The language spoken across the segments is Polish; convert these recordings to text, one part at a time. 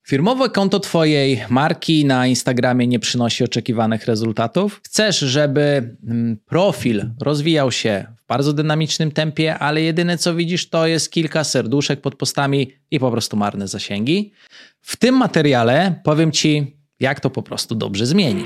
Firmowe konto Twojej marki na Instagramie nie przynosi oczekiwanych rezultatów? Chcesz, żeby profil rozwijał się w bardzo dynamicznym tempie, ale jedyne co widzisz to jest kilka serduszek pod postami i po prostu marne zasięgi? W tym materiale powiem Ci, jak to po prostu dobrze zmienić.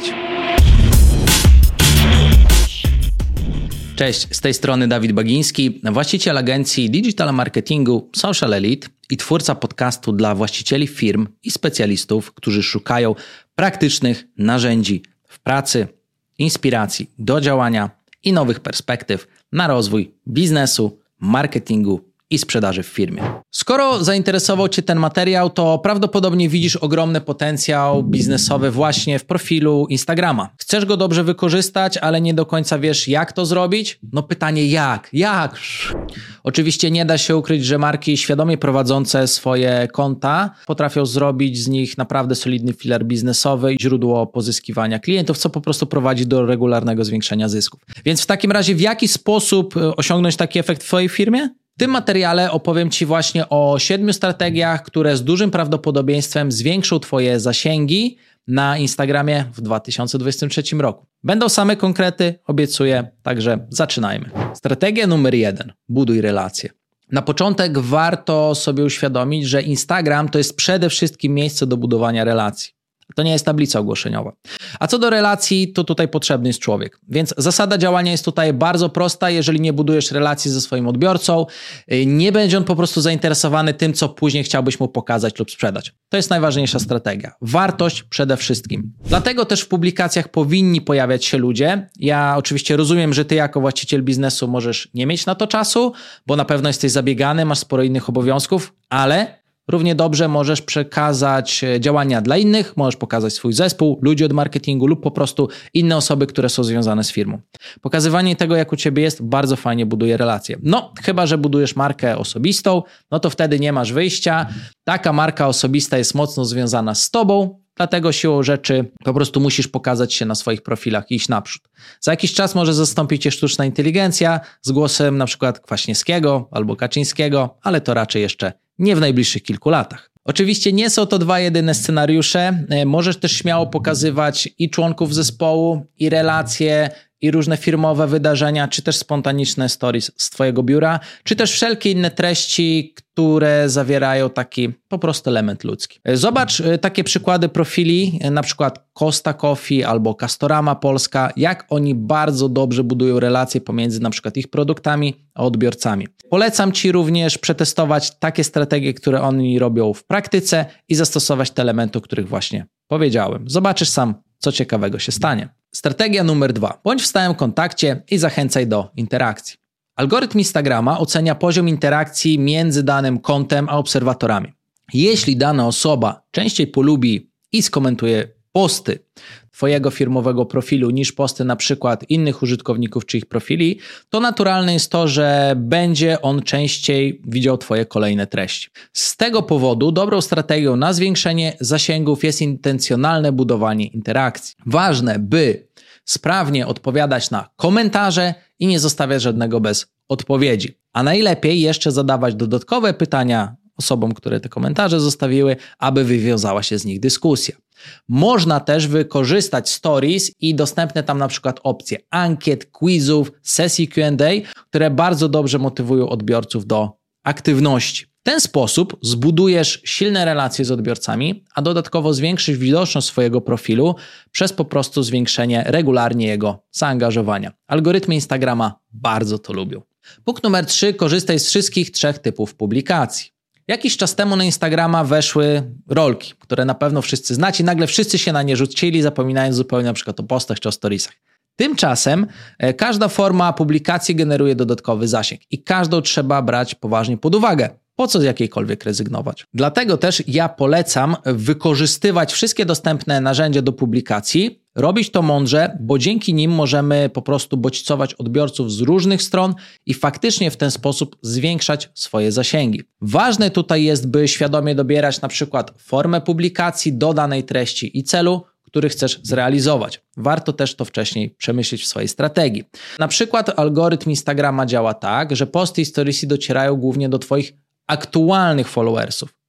Cześć, z tej strony Dawid Bagiński, właściciel agencji digital marketingu Social Elite i twórca podcastu dla właścicieli firm i specjalistów, którzy szukają praktycznych narzędzi w pracy, inspiracji do działania i nowych perspektyw na rozwój biznesu, marketingu i sprzedaży w firmie. Skoro zainteresował Cię ten materiał, to prawdopodobnie widzisz ogromny potencjał biznesowy właśnie w profilu Instagrama. Chcesz go dobrze wykorzystać, ale nie do końca wiesz, jak to zrobić? No pytanie jak? Jak? Oczywiście nie da się ukryć, że marki świadomie prowadzące swoje konta potrafią zrobić z nich naprawdę solidny filar biznesowy i źródło pozyskiwania klientów, co po prostu prowadzi do regularnego zwiększenia zysków. Więc w takim razie w jaki sposób osiągnąć taki efekt w Twojej firmie? W tym materiale opowiem Ci właśnie o 7 strategiach, które z dużym prawdopodobieństwem zwiększą Twoje zasięgi na Instagramie w 2023 roku. Będą same konkrety, obiecuję, także zaczynajmy. Strategia numer 1. Buduj relacje. Na początek warto sobie uświadomić, że Instagram to jest przede wszystkim miejsce do budowania relacji. To nie jest tablica ogłoszeniowa. A co do relacji, to tutaj potrzebny jest człowiek. Więc zasada działania jest tutaj bardzo prosta. Jeżeli nie budujesz relacji ze swoim odbiorcą, nie będzie on po prostu zainteresowany tym, co później chciałbyś mu pokazać lub sprzedać. To jest najważniejsza strategia. Wartość przede wszystkim. Dlatego też w publikacjach powinni pojawiać się ludzie. Ja oczywiście rozumiem, że ty jako właściciel biznesu możesz nie mieć na to czasu, bo na pewno jesteś zabiegany, masz sporo innych obowiązków, ale równie dobrze możesz przekazać działania dla innych, możesz pokazać swój zespół, ludzi od marketingu lub po prostu inne osoby, które są związane z firmą. Pokazywanie tego, jak u Ciebie jest, bardzo fajnie buduje relacje. No, chyba że budujesz markę osobistą, no to wtedy nie masz wyjścia. Taka marka osobista jest mocno związana z Tobą, dlatego siłą rzeczy po prostu musisz pokazać się na swoich profilach i iść naprzód. Za jakiś czas może zastąpić Cię sztuczna inteligencja z głosem na przykład Kwaśniewskiego albo Kaczyńskiego, ale to raczej jeszcze nie w najbliższych kilku latach. Oczywiście nie są to dwa jedyne scenariusze. Możesz też śmiało pokazywać i członków zespołu, i relacje, i różne firmowe wydarzenia, czy też spontaniczne stories z Twojego biura, czy też wszelkie inne treści, które zawierają taki po prostu element ludzki. Zobacz takie przykłady profili, na przykład Costa Coffee albo Castorama Polska, jak oni bardzo dobrze budują relacje pomiędzy na przykład ich produktami a odbiorcami. Polecam Ci również przetestować takie strategie, które oni robią w praktyce i zastosować te elementy, o których właśnie powiedziałem. Zobaczysz sam, co ciekawego się stanie. Strategia numer 2. Bądź w stałym kontakcie i zachęcaj do interakcji. Algorytm Instagrama ocenia poziom interakcji między danym kontem a obserwatorami. Jeśli dana osoba częściej polubi i skomentuje posty Twojego firmowego profilu niż posty na przykład innych użytkowników czy ich profili, to naturalne jest to, że będzie on częściej widział Twoje kolejne treści. Z tego powodu dobrą strategią na zwiększenie zasięgów jest intencjonalne budowanie interakcji. Ważne, by sprawnie odpowiadać na komentarze i nie zostawiać żadnego bez odpowiedzi. A najlepiej jeszcze zadawać dodatkowe pytania osobom, które te komentarze zostawiły, aby wywiązała się z nich dyskusja. Można też wykorzystać stories i dostępne tam na przykład opcje ankiet, quizów, sesji Q&A, które bardzo dobrze motywują odbiorców do aktywności. W ten sposób zbudujesz silne relacje z odbiorcami, a dodatkowo zwiększysz widoczność swojego profilu przez po prostu zwiększenie regularnie jego zaangażowania. Algorytmy Instagrama bardzo to lubią. Punkt numer 3. Korzystaj z wszystkich 3 typów publikacji. Jakiś czas temu na Instagrama weszły rolki, które na pewno wszyscy znacie i nagle wszyscy się na nie rzucili, zapominając zupełnie na przykład o postach czy o storiesach. Tymczasem każda forma publikacji generuje dodatkowy zasięg i każdą trzeba brać poważnie pod uwagę. Po co z jakiejkolwiek rezygnować? Dlatego też ja polecam wykorzystywać wszystkie dostępne narzędzia do publikacji, robić to mądrze, bo dzięki nim możemy po prostu bodźcować odbiorców z różnych stron i faktycznie w ten sposób zwiększać swoje zasięgi. Ważne tutaj jest, by świadomie dobierać na przykład formę publikacji do danej treści i celu, który chcesz zrealizować. Warto też to wcześniej przemyśleć w swojej strategii. Na przykład algorytm Instagrama działa tak, że posty i storiesy docierają głównie do Twoich aktualnych followersów.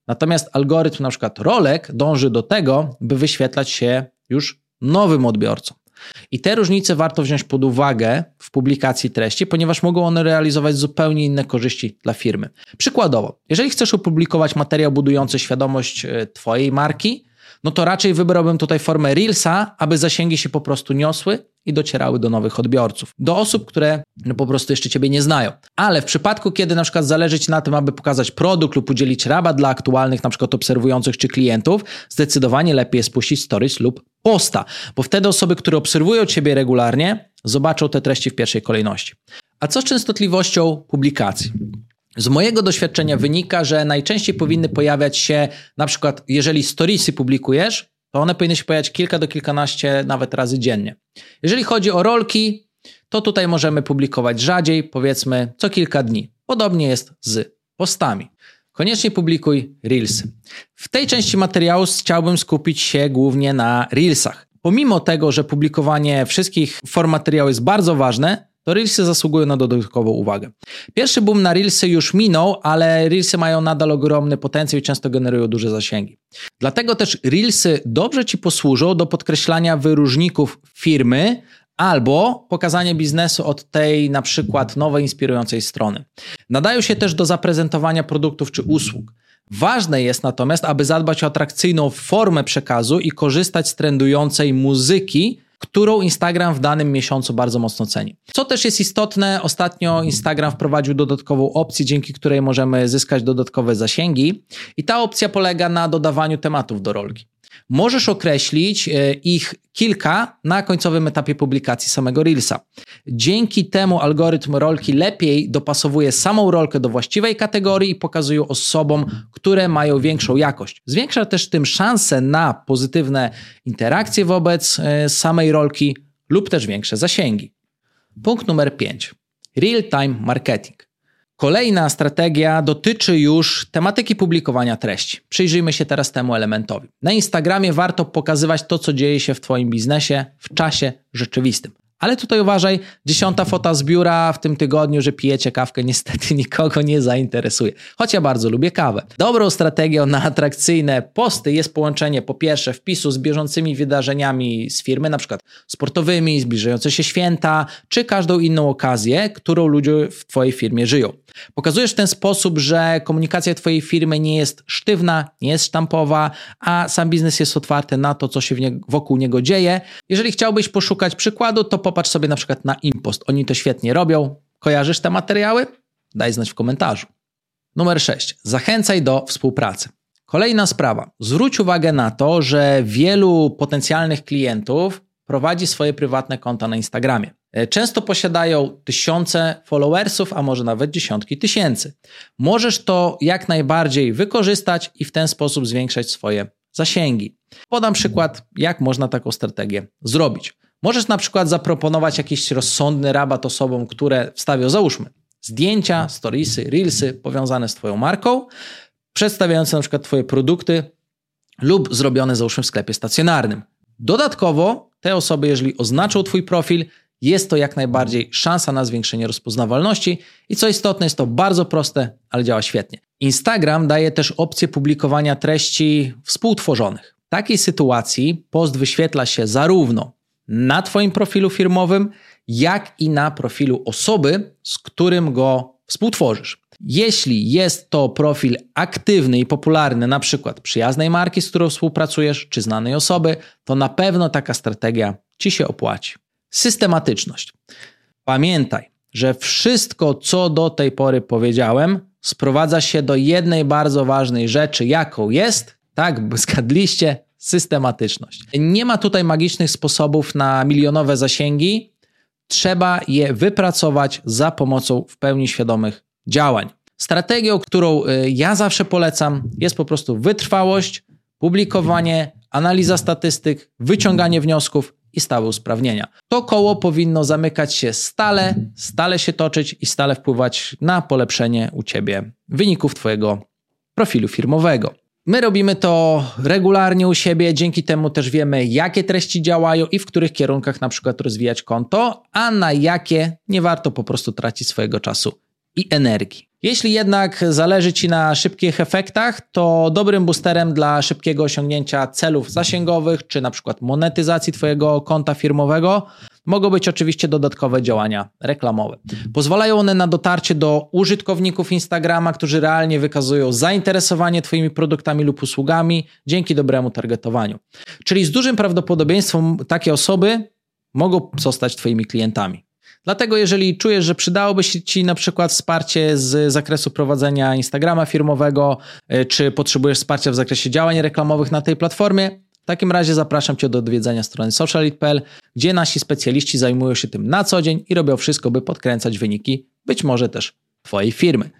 Natomiast algorytm na przykład rolek dąży do tego, by wyświetlać się już nowym odbiorcom. I te różnice warto wziąć pod uwagę w publikacji treści, ponieważ mogą one realizować zupełnie inne korzyści dla firmy. Przykładowo, jeżeli chcesz opublikować materiał budujący świadomość Twojej marki, no to raczej wybrałbym tutaj formę Reelsa, aby zasięgi się po prostu niosły i docierały do nowych odbiorców. Do osób, które po prostu jeszcze Ciebie nie znają. Ale w przypadku, kiedy na przykład zależy Ci na tym, aby pokazać produkt lub udzielić rabat dla aktualnych na przykład obserwujących czy klientów, zdecydowanie lepiej jest puścić stories lub posta, bo wtedy osoby, które obserwują Ciebie regularnie, zobaczą te treści w pierwszej kolejności. A co z częstotliwością publikacji? Z mojego doświadczenia wynika, że najczęściej powinny pojawiać się, na przykład jeżeli storiesy publikujesz, to one powinny się pojawiać kilka do kilkanaście nawet razy dziennie. Jeżeli chodzi o rolki, to tutaj możemy publikować rzadziej, powiedzmy co kilka dni. Podobnie jest z postami. Koniecznie publikuj Reelsy. W tej części materiału chciałbym skupić się głównie na Reelsach. Pomimo tego, że publikowanie wszystkich form materiału jest bardzo ważne, to Reelsy zasługują na dodatkową uwagę. Pierwszy boom na Reelsy już minął, ale Reelsy mają nadal ogromny potencjał i często generują duże zasięgi. Dlatego też Reelsy dobrze Ci posłużą do podkreślania wyróżników firmy albo pokazania biznesu od tej na przykład nowej, inspirującej strony. Nadają się też do zaprezentowania produktów czy usług. Ważne jest natomiast, aby zadbać o atrakcyjną formę przekazu i korzystać z trendującej muzyki, którą Instagram w danym miesiącu bardzo mocno ceni. Co też jest istotne, ostatnio Instagram wprowadził dodatkową opcję, dzięki której możemy zyskać dodatkowe zasięgi i ta opcja polega na dodawaniu tematów do rolki. Możesz określić ich kilka na końcowym etapie publikacji samego Reelsa. Dzięki temu algorytm rolki lepiej dopasowuje samą rolkę do właściwej kategorii i pokazuje osobom, które mają większą jakość. Zwiększa też tym szanse na pozytywne interakcje wobec samej rolki lub też większe zasięgi. Punkt numer 5. Real-time marketing. Kolejna strategia dotyczy już tematyki publikowania treści. Przyjrzyjmy się teraz temu elementowi. Na Instagramie warto pokazywać to, co dzieje się w Twoim biznesie w czasie rzeczywistym. Ale tutaj uważaj, 10. fota z biura w tym tygodniu, że pijecie kawkę, niestety nikogo nie zainteresuje. Choć ja bardzo lubię kawę. Dobrą strategią na atrakcyjne posty jest połączenie po pierwsze wpisu z bieżącymi wydarzeniami z firmy, na przykład sportowymi, zbliżające się święta, czy każdą inną okazję, którą ludzie w Twojej firmie żyją. Pokazujesz w ten sposób, że komunikacja Twojej firmy nie jest sztywna, nie jest sztampowa, a sam biznes jest otwarty na to, co się wokół niego dzieje. Jeżeli chciałbyś poszukać przykładu, to popatrz sobie na przykład na Impost. Oni to świetnie robią. Kojarzysz te materiały? Daj znać w komentarzu. Numer 6. Zachęcaj do współpracy. Kolejna sprawa. Zwróć uwagę na to, że wielu potencjalnych klientów prowadzi swoje prywatne konta na Instagramie. Często posiadają tysiące followersów, a może nawet dziesiątki tysięcy. Możesz to jak najbardziej wykorzystać i w ten sposób zwiększać swoje zasięgi. Podam przykład, jak można taką strategię zrobić. Możesz na przykład zaproponować jakiś rozsądny rabat osobom, które wstawią, załóżmy, zdjęcia, storiesy, reelsy powiązane z Twoją marką, przedstawiające na przykład Twoje produkty lub zrobione, załóżmy, w sklepie stacjonarnym. Dodatkowo te osoby, jeżeli oznaczą Twój profil, jest to jak najbardziej szansa na zwiększenie rozpoznawalności i co istotne, jest to bardzo proste, ale działa świetnie. Instagram daje też opcję publikowania treści współtworzonych. W takiej sytuacji post wyświetla się zarówno na Twoim profilu firmowym, jak i na profilu osoby, z którym go współtworzysz. Jeśli jest to profil aktywny i popularny, na przykład przyjaznej marki, z którą współpracujesz, czy znanej osoby, to na pewno taka strategia Ci się opłaci. Systematyczność. Pamiętaj, że wszystko, co do tej pory powiedziałem, sprowadza się do jednej bardzo ważnej rzeczy, jaką jest, tak, zgadliście, systematyczność. Nie ma tutaj magicznych sposobów na milionowe zasięgi, trzeba je wypracować za pomocą w pełni świadomych działań. Strategią, którą ja zawsze polecam, jest po prostu wytrwałość, publikowanie, analiza statystyk, wyciąganie wniosków i stałe usprawnienia. To koło powinno zamykać się stale się toczyć i stale wpływać na polepszenie u Ciebie wyników Twojego profilu firmowego. My robimy to regularnie u siebie, dzięki temu też wiemy, jakie treści działają i w których kierunkach na przykład rozwijać konto, a na jakie nie warto po prostu tracić swojego czasu i energii. Jeśli jednak zależy Ci na szybkich efektach, to dobrym boosterem dla szybkiego osiągnięcia celów zasięgowych, czy na przykład monetyzacji Twojego konta firmowego, mogą być oczywiście dodatkowe działania reklamowe. Pozwalają one na dotarcie do użytkowników Instagrama, którzy realnie wykazują zainteresowanie Twoimi produktami lub usługami dzięki dobremu targetowaniu. Czyli z dużym prawdopodobieństwem takie osoby mogą zostać Twoimi klientami. Dlatego jeżeli czujesz, że przydałoby się Ci na przykład wsparcie z zakresu prowadzenia Instagrama firmowego, czy potrzebujesz wsparcia w zakresie działań reklamowych na tej platformie, w takim razie zapraszam Cię do odwiedzenia strony sociallead.pl, gdzie nasi specjaliści zajmują się tym na co dzień i robią wszystko, by podkręcać wyniki, być może też Twojej firmy.